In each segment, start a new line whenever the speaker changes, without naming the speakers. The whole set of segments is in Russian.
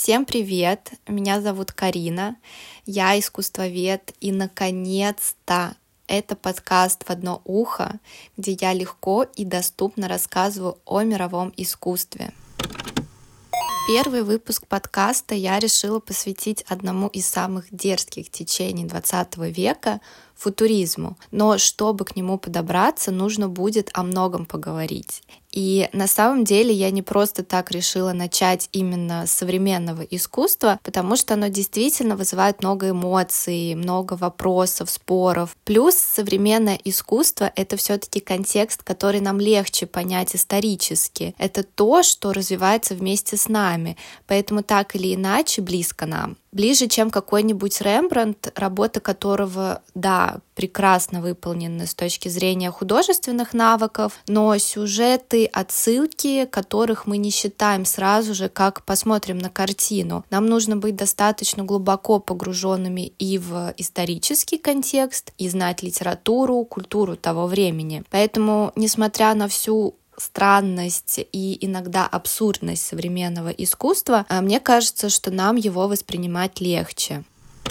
Всем привет! Меня зовут Карина, я искусствовед, и наконец-то это подкаст «В одно ухо», где я легко и доступно рассказываю о мировом искусстве. Первый выпуск подкаста я решила посвятить одному из самых дерзких течений XX века — футуризму. Но чтобы к нему подобраться, нужно будет о многом поговорить. И на самом деле я не просто так решила начать именно с современного искусства, потому что оно действительно вызывает много эмоций, много вопросов, споров. Плюс современное искусство — это все-таки контекст, который нам легче понять исторически. Это то, что развивается вместе с нами, поэтому так или иначе близко нам. Ближе, чем какой-нибудь Рембрандт, работа которого, да, прекрасно выполнена с точки зрения художественных навыков, но сюжеты, отсылки, которых мы не считаем сразу же, как посмотрим на картину. Нам нужно быть достаточно глубоко погруженными и в исторический контекст, и знать литературу, культуру того времени. Поэтому, несмотря на всю странность и иногда абсурдность современного искусства, мне кажется, что нам его воспринимать легче.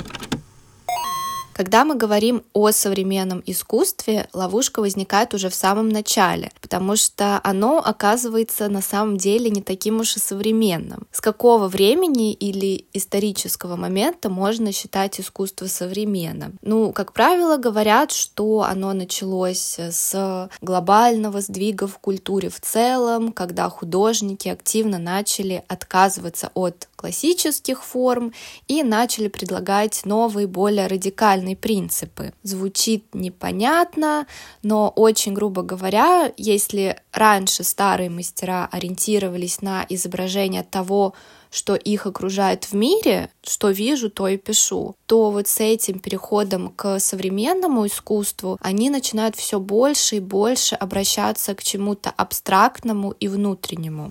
Когда мы говорим о современном искусстве, ловушка возникает уже в самом начале, потому что оно оказывается на самом деле не таким уж и современным. С какого времени или исторического момента можно считать искусство современным? Как правило, говорят, что оно началось с глобального сдвига в культуре в целом, когда художники активно начали отказываться от классических форм и начали предлагать новые, более радикальные принципы. Звучит непонятно, но очень грубо говоря, если раньше старые мастера ориентировались на изображение того, что их окружает в мире, что вижу, то и пишу, то вот с этим переходом к современному искусству они начинают все больше и больше обращаться к чему-то абстрактному и внутреннему.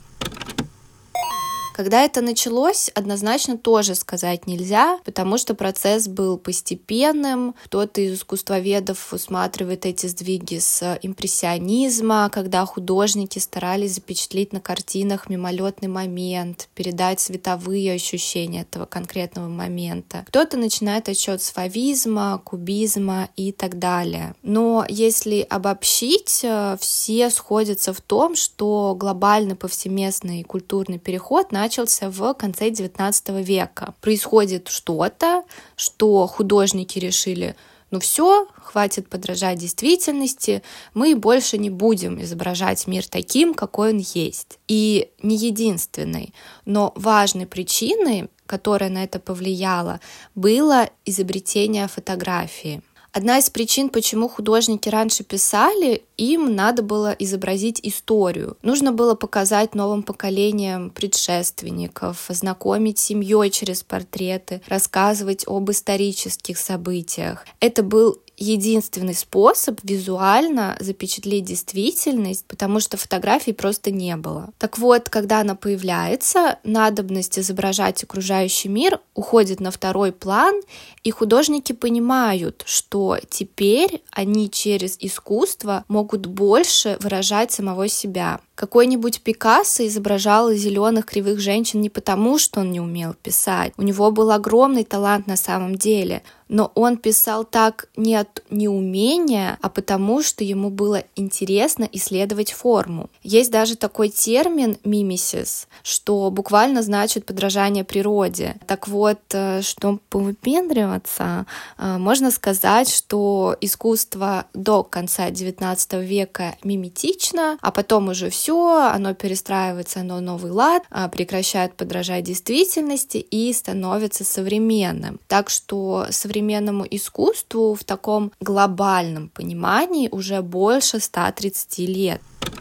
Когда это началось, однозначно тоже сказать нельзя, потому что процесс был постепенным. Кто-то из искусствоведов усматривает эти сдвиги с импрессионизма, когда художники старались запечатлеть на картинах мимолетный момент, передать световые ощущения этого конкретного момента. Кто-то начинает отсчет с фавизма, кубизма и так далее. Но если обобщить, все сходятся в том, что глобальный повсеместный культурный переход начался в конце XIX века. Происходит что-то, что художники решили: все, хватит подражать действительности, мы больше не будем изображать мир таким, какой он есть. И не единственной, но важной причиной, которая на это повлияла, было изобретение фотографии. Одна из причин, почему художники раньше писали, им надо было изобразить историю. Нужно было показать новым поколениям предшественников, знакомить с семьей через портреты, рассказывать об исторических событиях. Это был единственный способ визуально запечатлеть действительность, потому что фотографий просто не было. Так вот, когда она появляется, надобность изображать окружающий мир уходит на второй план, и художники понимают, что теперь они через искусство могут больше выражать самого себя. Какой-нибудь Пикассо изображал зеленых кривых женщин не потому, что он не умел писать. У него был огромный талант на самом деле, но он писал так не от неумения, а потому, что ему было интересно исследовать форму. Есть даже такой термин «мимесис», что буквально значит подражание природе. Так вот, чтобы повыпендриваться, можно сказать, что искусство до конца XIX века миметично, а потом уже все, оно перестраивается на новый лад, прекращает подражать действительности и становится современным. Так что современному искусству в таком глобальном понимании уже больше 130 лет.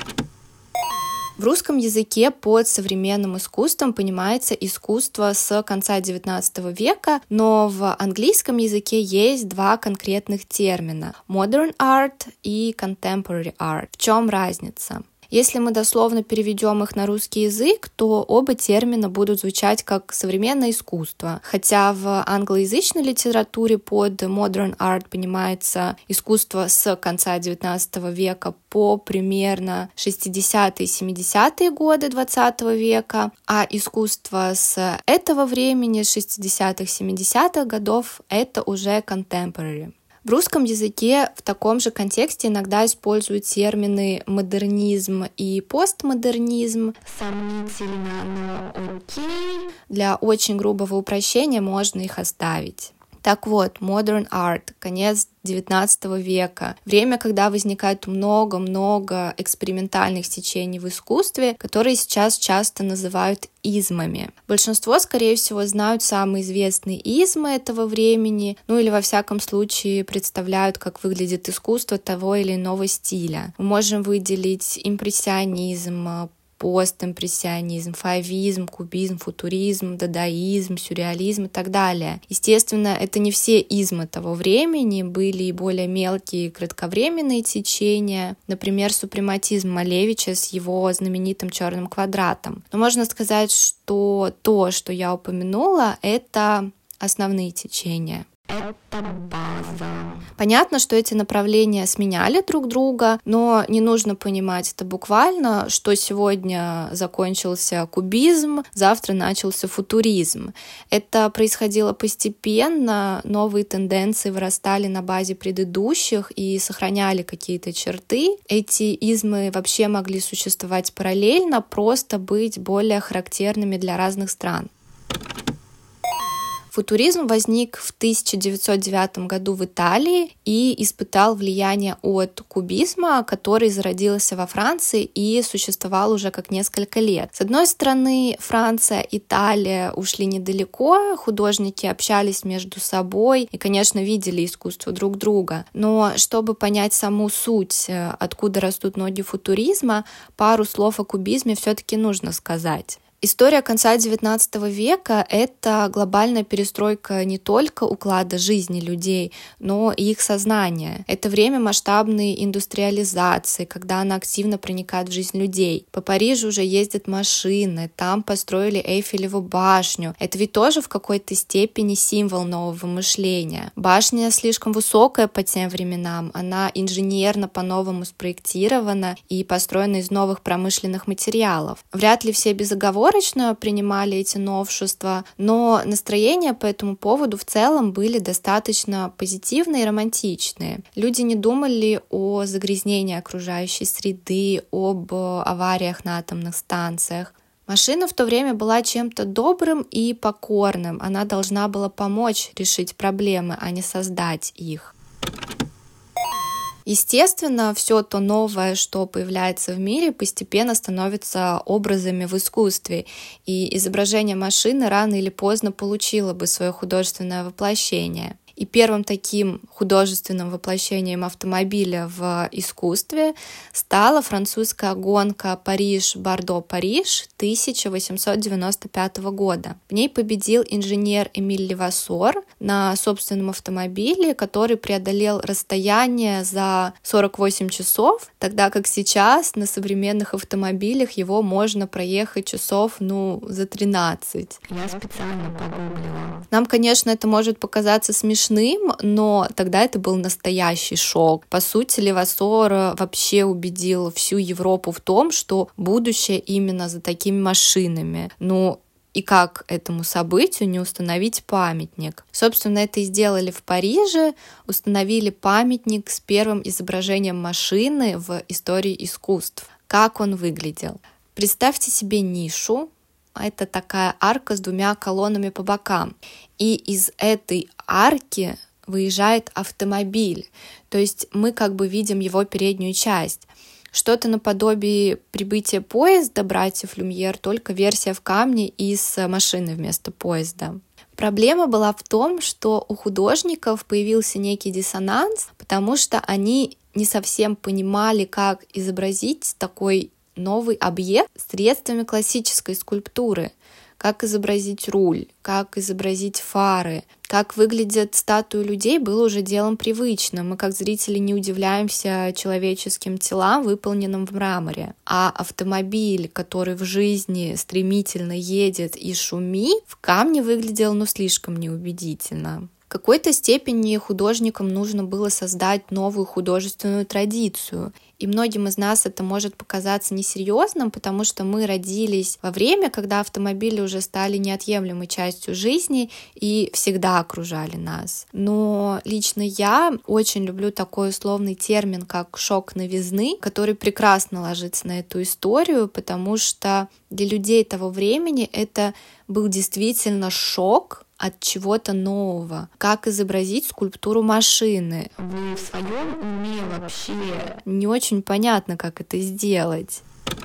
В русском языке под современным искусством понимается искусство с конца XIX века, но в английском языке есть два конкретных термина — modern art и contemporary art. В чем разница? Если мы дословно переведем их на русский язык, то оба термина будут звучать как современное искусство. Хотя в англоязычной литературе под modern art понимается искусство с конца XIX века по примерно 60-е и 70-е годы XX века, а искусство с этого времени, с 60-х, 70-х годов, это уже contemporary. В русском языке в таком же контексте иногда используют термины модернизм и постмодернизм. Сомнительно, но окей. Для очень грубого упрощения можно их оставить. Так вот, modern art, конец XIX века, время, когда возникает много-много экспериментальных течений в искусстве, которые сейчас часто называют измами. Большинство, скорее всего, знают самые известные измы этого времени, или во всяком случае представляют, как выглядит искусство того или иного стиля. Мы можем выделить импрессионизм, постимпрессионизм, фавизм, кубизм, футуризм, дадаизм, сюрреализм и так далее. Естественно, это не все измы того времени, были и более мелкие кратковременные течения, например, супрематизм Малевича с его знаменитым черным квадратом. Но можно сказать, что то, что я упомянула, это основные течения. Это база. Понятно, что эти направления сменяли друг друга, но не нужно понимать это буквально, что сегодня закончился кубизм, завтра начался футуризм. Это происходило постепенно, новые тенденции вырастали на базе предыдущих и сохраняли какие-то черты. Эти измы вообще могли существовать параллельно, просто быть более характерными для разных стран. Футуризм возник в 1909 году в Италии и испытал влияние от кубизма, который зародился во Франции и существовал уже как несколько лет. С одной стороны, Франция, Италия ушли недалеко, художники общались между собой и, конечно, видели искусство друг друга. Но чтобы понять саму суть, откуда растут ноги футуризма, пару слов о кубизме все-таки нужно сказать. История конца XIX века — это глобальная перестройка не только уклада жизни людей, но и их сознания. Это время масштабной индустриализации, когда она активно проникает в жизнь людей. По Парижу уже ездят машины, там построили Эйфелеву башню. Это ведь тоже в какой-то степени символ нового мышления. Башня слишком высокая по тем временам, она инженерно по-новому спроектирована и построена из новых промышленных материалов. Вряд ли все безоговорочно принимали эти новшества, но настроения по этому поводу в целом были достаточно позитивные и романтичные. Люди не думали о загрязнении окружающей среды, об авариях на атомных станциях. Машина в то время была чем-то добрым и покорным. Она должна была помочь решить проблемы, а не создать их. Естественно, все то новое, что появляется в мире, постепенно становится образами в искусстве, и изображение машины рано или поздно получило бы свое художественное воплощение. И первым таким художественным воплощением автомобиля в искусстве стала французская гонка Париж-Бордо-Париж 1895 года. В ней победил инженер Эмиль Левассор на собственном автомобиле, который преодолел расстояние за 48 часов, тогда как сейчас на современных автомобилях его можно проехать часов, за 13.
Я специально погуглила.
Нам, конечно, это может показаться смешным, но тогда это был настоящий шок. По сути, Левассор вообще убедил всю Европу в том, что будущее именно за такими машинами. И как этому событию не установить памятник? Собственно, это и сделали в Париже, установили памятник с первым изображением машины в истории искусств. Как он выглядел? Представьте себе нишу. Это такая арка с двумя колоннами по бокам. И из этой арки выезжает автомобиль. То есть мы как бы видим его переднюю часть. Что-то наподобие прибытия поезда братьев Люмьер, только версия в камне и с машины вместо поезда. Проблема была в том, что у художников появился некий диссонанс, потому что они не совсем понимали, как изобразить такой новый объект средствами классической скульптуры, как изобразить руль, как изобразить фары, как выглядят статуи людей, было уже делом привычным. Мы, как зрители, не удивляемся человеческим телам, выполненным в мраморе. А автомобиль, который в жизни стремительно едет и шумит, в камне выглядел, слишком неубедительно. В какой-то степени художникам нужно было создать новую художественную традицию. И многим из нас это может показаться несерьезным, потому что мы родились во время, когда автомобили уже стали неотъемлемой частью жизни и всегда окружали нас. Но лично я очень люблю такой условный термин, как шок новизны, который прекрасно ложится на эту историю, потому что для людей того времени это был действительно шок от чего-то нового. Как изобразить скульптуру машины?
Вы в своем уме вообще?
Не очень понятно, как это сделать.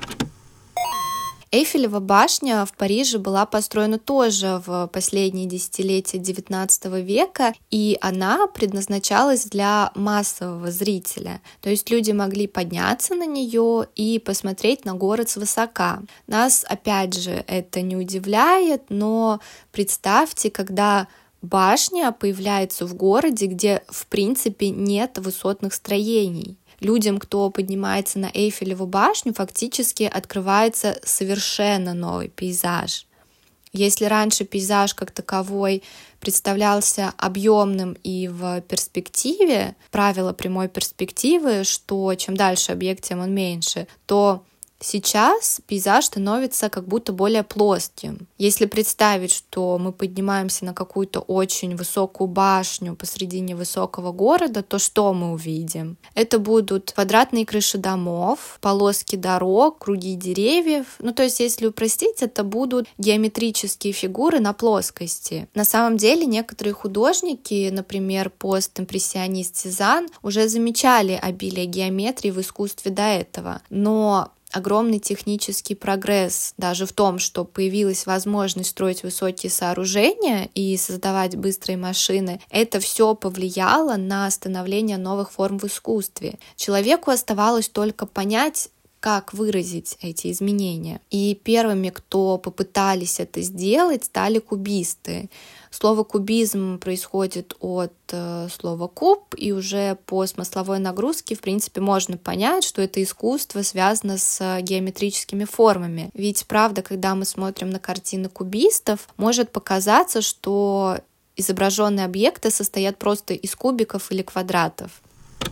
Эйфелева башня в Париже была построена тоже в последние десятилетия XIX века, и она предназначалась для массового зрителя. То есть люди могли подняться на нее и посмотреть на город свысока. Нас, опять же, это не удивляет, но представьте, когда башня появляется в городе, где, в принципе, нет высотных строений. Людям, кто поднимается на Эйфелеву башню, фактически открывается совершенно новый пейзаж. Если раньше пейзаж как таковой представлялся объемным и в перспективе, правило прямой перспективы, что чем дальше объект, тем он меньше, то сейчас пейзаж становится как будто более плоским. Если представить, что мы поднимаемся на какую-то очень высокую башню посредине высокого города, то что мы увидим? Это будут квадратные крыши домов, полоски дорог, круги деревьев. То есть, если упростить, это будут геометрические фигуры на плоскости. На самом деле, некоторые художники, например, постимпрессионист Сезанн, уже замечали обилие геометрии в искусстве до этого. Но огромный технический прогресс даже в том, что появилась возможность строить высокие сооружения и создавать быстрые машины, это все повлияло на становление новых форм в искусстве. Человеку оставалось только понять, как выразить эти изменения. И первыми, кто попытались это сделать, стали кубисты. Слово «кубизм» происходит от слова «куб», и уже по смысловой нагрузке, в принципе, можно понять, что это искусство связано с геометрическими формами. Ведь, правда, когда мы смотрим на картины кубистов, может показаться, что изображенные объекты состоят просто из кубиков или квадратов.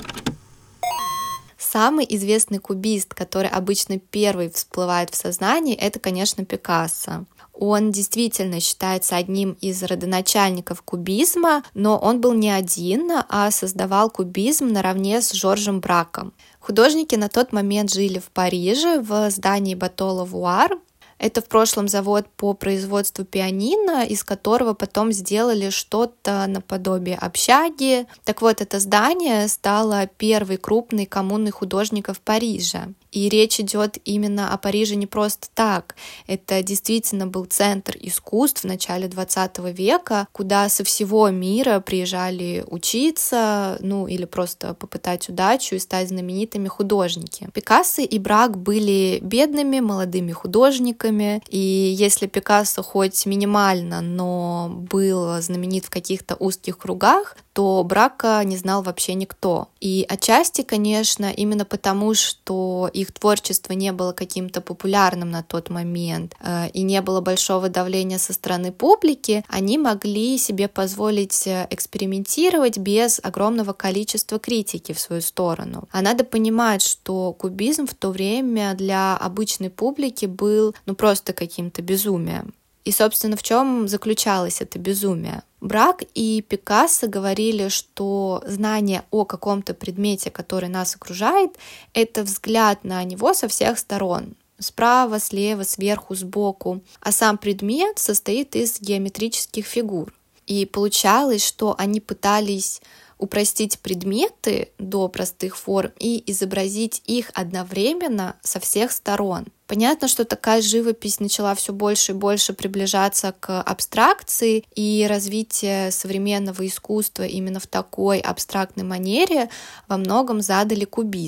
Самый известный кубист, который обычно первый всплывает в сознании, это, конечно, Пикассо. Он действительно считается одним из родоначальников кубизма, но он был не один, а создавал кубизм наравне с Жоржем Браком. Художники на тот момент жили в Париже, в здании Бато-Лавуар. Это в прошлом завод по производству пианино, из которого потом сделали что-то наподобие общаги. Так вот, это здание стало первой крупной коммуной художников Парижа. И речь идет именно о Париже не просто так. Это действительно был центр искусств в начале 20 века, куда со всего мира приезжали учиться, или просто попытать удачу и стать знаменитыми художники. Пикассо и Брак были бедными молодыми художниками, и если Пикассо хоть минимально, но был знаменит в каких-то узких кругах, то Брака не знал вообще никто. И отчасти, конечно, именно потому, что их творчество не было каким-то популярным на тот момент и не было большого давления со стороны публики, они могли себе позволить экспериментировать без огромного количества критики в свою сторону. А надо понимать, что кубизм в то время для обычной публики был просто каким-то безумием. И, собственно, в чем заключалось это безумие? Брак и Пикассо говорили, что знание о каком-то предмете, который нас окружает, это взгляд на него со всех сторон. Справа, слева, сверху, сбоку. А сам предмет состоит из геометрических фигур. И получалось, что они пытались упростить предметы до простых форм и изобразить их одновременно со всех сторон. Понятно, что такая живопись начала все больше и больше приближаться к абстракции, и развитие современного искусства именно в такой абстрактной манере во многом задали кубисты.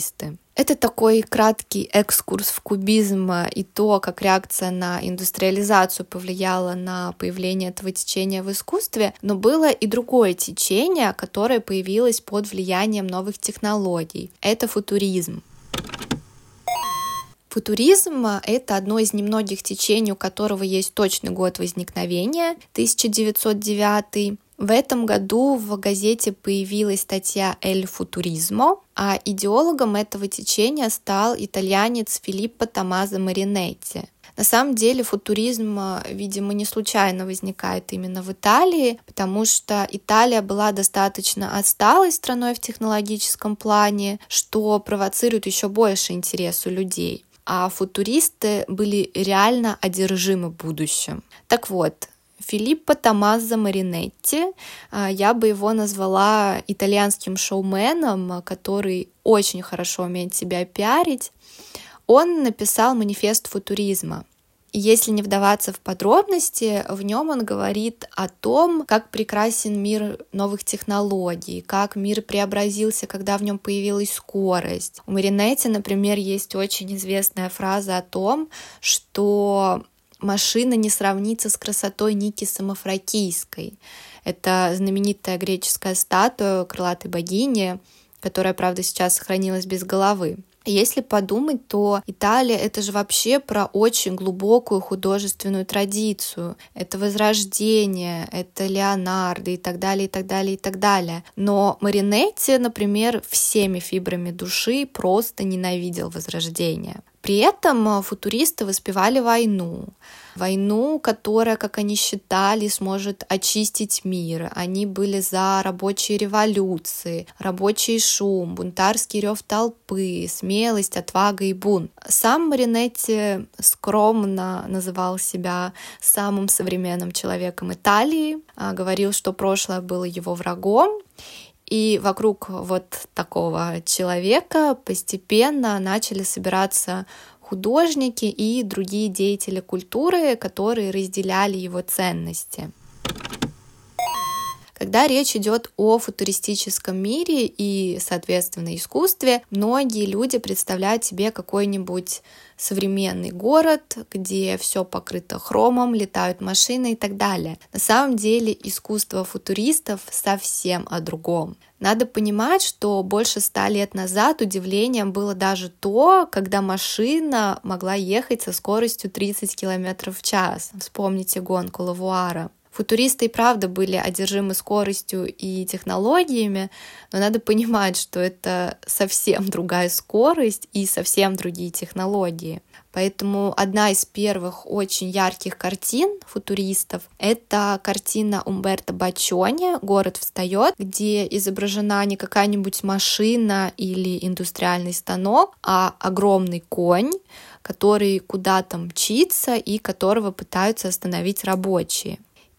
Это такой краткий экскурс в кубизм и то, как реакция на индустриализацию повлияла на появление этого течения в искусстве, но было и другое течение, которое появилось под влиянием новых технологий. Это футуризм. Футуризм — это одно из немногих течений, у которого есть точный год возникновения, 1909. В этом году в газете появилась статья «Эль футуризмо», а идеологом этого течения стал итальянец Филиппо Томмазо Маринетти. На самом деле футуризм, видимо, не случайно возникает именно в Италии, потому что Италия была достаточно отсталой страной в технологическом плане, что провоцирует еще больше интерес у людей. А футуристы были реально одержимы будущим. Так вот, Филиппо Томмазо Маринетти, я бы его назвала итальянским шоуменом, который очень хорошо умеет себя пиарить. Он написал манифест футуризма. И если не вдаваться в подробности, в нем он говорит о том, как прекрасен мир новых технологий, как мир преобразился, когда в нем появилась скорость. У Маринетти, например, есть очень известная фраза о том, что машина не сравнится с красотой Ники Самофракийской. Это знаменитая греческая статуя крылатой богини, которая, правда, сейчас сохранилась без головы. Если подумать, то Италия — это же вообще про очень глубокую художественную традицию. Это Возрождение, это Леонардо и так далее, и так далее, и так далее. Но Маринетти, например, всеми фибрами души просто ненавидел Возрождение. При этом футуристы воспевали войну. Войну, которая, как они считали, сможет очистить мир. Они были за рабочие революции, рабочий шум, бунтарский рев толпы, смелость, отвага и бунт. Сам Маринетти скромно называл себя самым современным человеком Италии, говорил, что прошлое было его врагом. И вокруг вот такого человека постепенно начали собираться художники и другие деятели культуры, которые разделяли его ценности. Когда речь идет о футуристическом мире и, соответственно, искусстве, многие люди представляют себе какой-нибудь современный город, где все покрыто хромом, летают машины и так далее. На самом деле искусство футуристов совсем о другом. Надо понимать, что больше 100 лет назад удивлением было даже то, когда машина могла ехать со скоростью 30 км в час. Вспомните гонку Лавуара. Футуристы и правда были одержимы скоростью и технологиями, но надо понимать, что это совсем другая скорость и совсем другие технологии. Поэтому одна из первых очень ярких картин футуристов — это картина Умберто Баччони «Город встает», где изображена не какая-нибудь машина или индустриальный станок, а огромный конь, который куда-то мчится и которого пытаются остановить рабочие.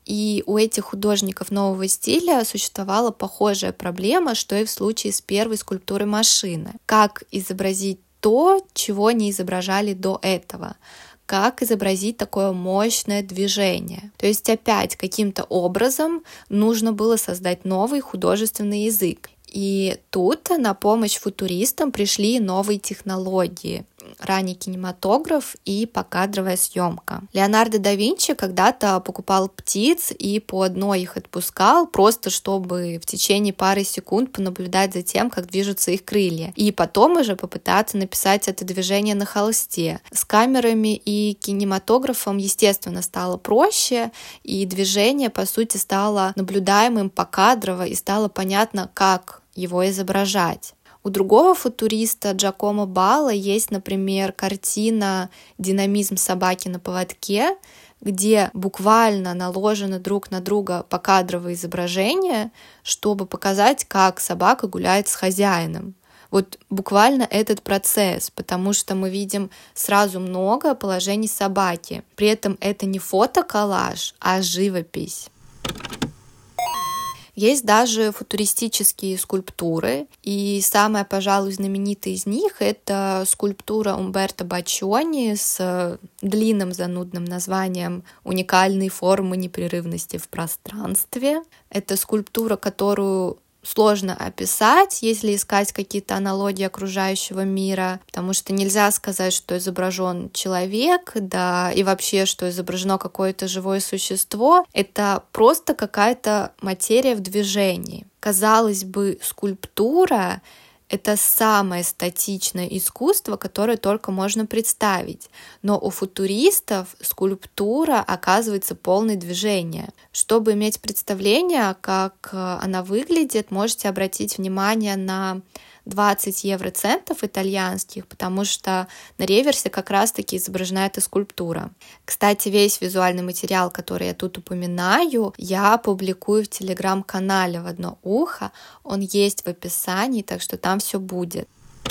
И у этих художников нового стиля существовала похожая проблема, что и в случае с первой скульптурой машины. Как изобразить то, чего не изображали до этого? Как изобразить такое мощное движение? То есть опять каким-то образом нужно было создать новый художественный язык. И тут на помощь футуристам пришли новые технологии, ранний кинематограф и покадровая съемка. Леонардо да Винчи когда-то покупал птиц и по одной их отпускал, просто чтобы в течение пары секунд понаблюдать за тем, как движутся их крылья, и потом уже попытаться написать это движение на холсте. С камерами и кинематографом, естественно, стало проще, и движение, по сути, стало наблюдаемым покадрово, и стало понятно, как его изображать. У другого футуриста Джакомо Балло есть, например, картина «Динамизм собаки на поводке», где буквально наложены друг на друга покадровые изображения, чтобы показать, как собака гуляет с хозяином. Вот буквально этот процесс, потому что мы видим сразу много положений собаки. При этом это не фотоколлаж, а живопись. Есть даже футуристические скульптуры, и самая, пожалуй, знаменитая из них — это скульптура Умберто Баччони с длинным занудным названием «Уникальные формы непрерывности в пространстве». Это скульптура, которую сложно описать, если искать какие-то аналогии окружающего мира, потому что нельзя сказать, что изображен человек, да, и вообще, что изображено какое-то живое существо. Это просто какая-то материя в движении. Казалось бы, скульптура — это самое статичное искусство, которое только можно представить. Но у футуристов скульптура оказывается полной движения. Чтобы иметь представление, как она выглядит, можете обратить внимание на 20 евроцентов итальянских, потому что на реверсе как раз-таки изображена эта скульптура. Кстати, весь визуальный материал, который я тут упоминаю, я публикую в телеграм-канале «В одно ухо». Он есть в описании, так что там все будет.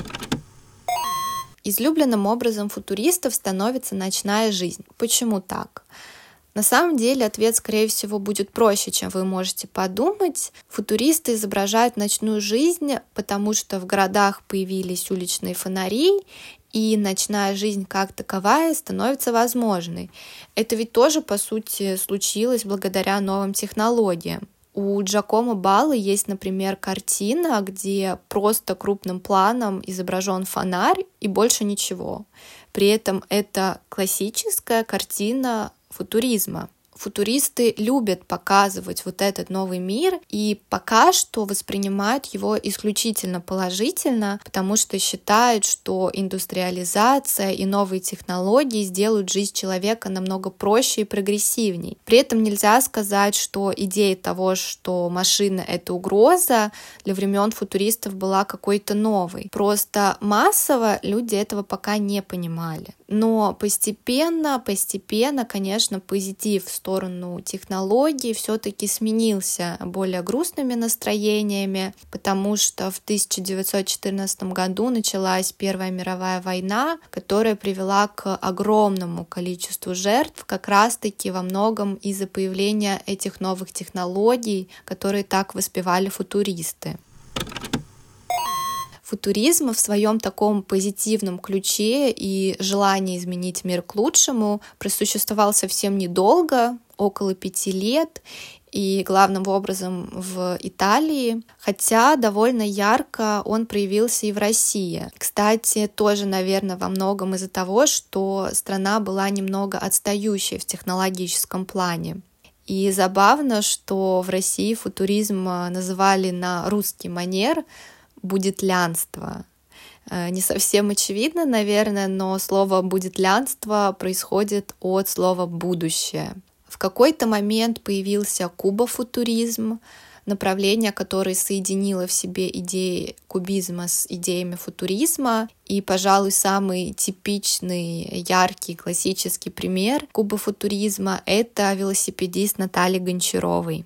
Излюбленным образом футуристов становится ночная жизнь. Почему так? На самом деле ответ, скорее всего, будет проще, чем вы можете подумать. Футуристы изображают ночную жизнь, потому что в городах появились уличные фонари, и ночная жизнь как таковая становится возможной. Это ведь тоже, по сути, случилось благодаря новым технологиям. У Джакомо Баллы есть, например, картина, где просто крупным планом изображен фонарь и больше ничего. При этом это классическая картина футуризма. Футуристы любят показывать вот этот новый мир и пока что воспринимают его исключительно положительно, потому что считают, что индустриализация и новые технологии сделают жизнь человека намного проще и прогрессивней. При этом нельзя сказать, что идея того, что машина — это угроза, для времен футуристов была какой-то новой. Просто массово люди этого пока не понимали. Но постепенно, конечно, позитив в сторону технологий все-таки сменился более грустными настроениями, потому что в 1914 году началась Первая мировая война, которая привела к огромному количеству жертв, как раз-таки во многом из-за появления этих новых технологий, которые так воспевали футуристы. Футуризм в своем таком позитивном ключе и желании изменить мир к лучшему просуществовал совсем недолго, около 5 лет, и главным образом в Италии, хотя довольно ярко он проявился и в России. Кстати, тоже, наверное, во многом из-за того, что страна была немного отстающей в технологическом плане. И забавно, что в России футуризм называли на русский манер будетлянство. Не совсем очевидно, наверное, но слово будетлянство происходит от слова будущее. В какой-то момент появился кубофутуризм, направление, которое соединило в себе идеи кубизма с идеями футуризма. И, пожалуй, самый типичный, яркий, классический пример кубофутуризма — это велосипедист Натальи Гончаровой.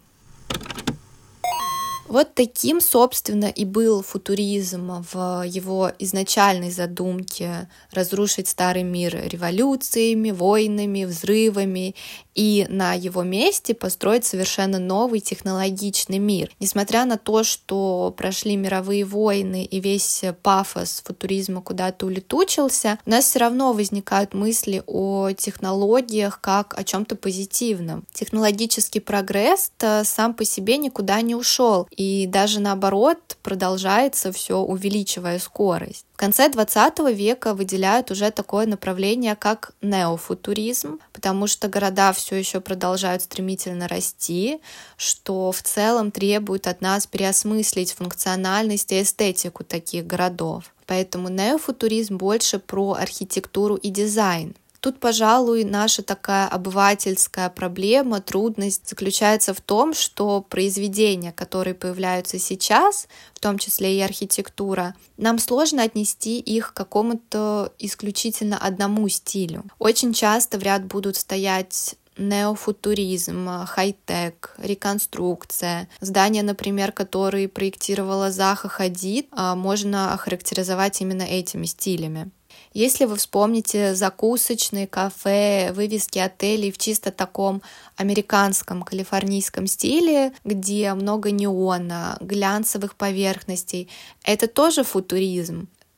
Вот таким, собственно, и был футуризм в его изначальной задумке разрушить старый мир революциями, войнами, взрывами и на его месте построить совершенно новый технологичный мир. Несмотря на то, что прошли мировые войны и весь пафос футуризма куда-то улетучился, у нас все равно возникают мысли о технологиях как о чем-то позитивном. Технологический прогресс сам по себе никуда не ушел, и даже наоборот продолжается, все увеличивая скорость. В конце 20 века выделяют уже такое направление, как неофутуризм, потому что города все еще продолжают стремительно расти, что в целом требует от нас переосмыслить функциональность и эстетику таких городов. Поэтому неофутуризм больше про архитектуру и дизайн. Тут, пожалуй, наша такая обывательская проблема, трудность заключается в том, что произведения, которые появляются сейчас, в том числе и архитектура, нам сложно отнести их к какому-то исключительно одному стилю. Очень часто в ряд будут стоять неофутуризм, хай-тек, реконструкция. Здания, например, которые проектировала Заха Хадид, можно охарактеризовать именно этими стилями. Если вы вспомните закусочные, кафе, вывески отелей в чисто таком американском, калифорнийском стиле, где много неона, глянцевых поверхностей, это тоже футуризм.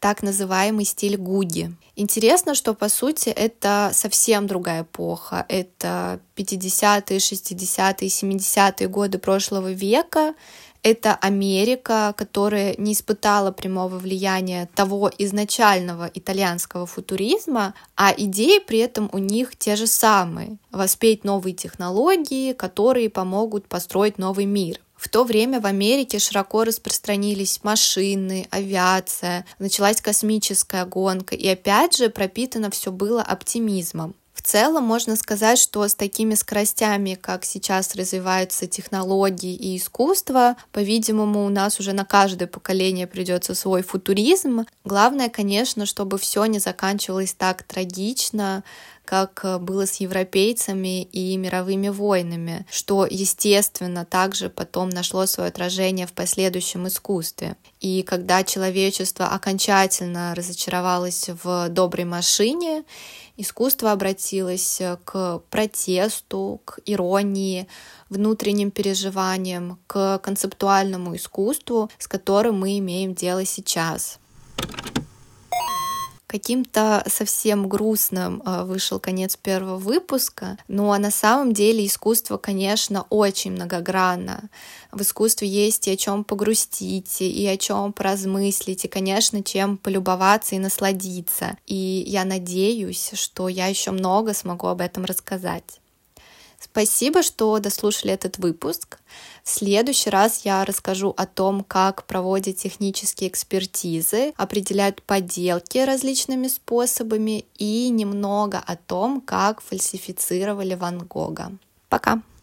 так называемый стиль Гуги. Интересно, что по сути это совсем другая эпоха. Это 50-е, 60-е, 70-е годы прошлого века. Это Америка, которая не испытала прямого влияния того изначального итальянского футуризма, а идеи при этом у них те же самые. Воспеть новые технологии, которые помогут построить новый мир. В то время в Америке широко распространились машины, авиация, началась космическая гонка, и опять же пропитано все было оптимизмом. В целом можно сказать, что с такими скоростями, как сейчас развиваются технологии и искусство, по-видимому, у нас уже на каждое поколение придется свой футуризм. Главное, конечно, чтобы все не заканчивалось так трагично, как было с европейцами и мировыми войнами, что, естественно, также потом нашло свое отражение в последующем искусстве. И когда человечество окончательно разочаровалось в доброй машине, искусство обратилось к протесту, к иронии, внутренним переживаниям, к концептуальному искусству, с которым мы имеем дело сейчас. Каким-то совсем грустным вышел конец первого выпуска, но на самом деле искусство, конечно, очень многогранно. В искусстве есть и о чем погрустить, и о чем поразмыслить, и, конечно, чем полюбоваться и насладиться. И я надеюсь, что я еще много смогу об этом рассказать. Спасибо, что дослушали этот выпуск. В следующий раз я расскажу о том, как проводят технические экспертизы, определяют подделки различными способами и немного о том, как фальсифицировали Ван Гога. Пока!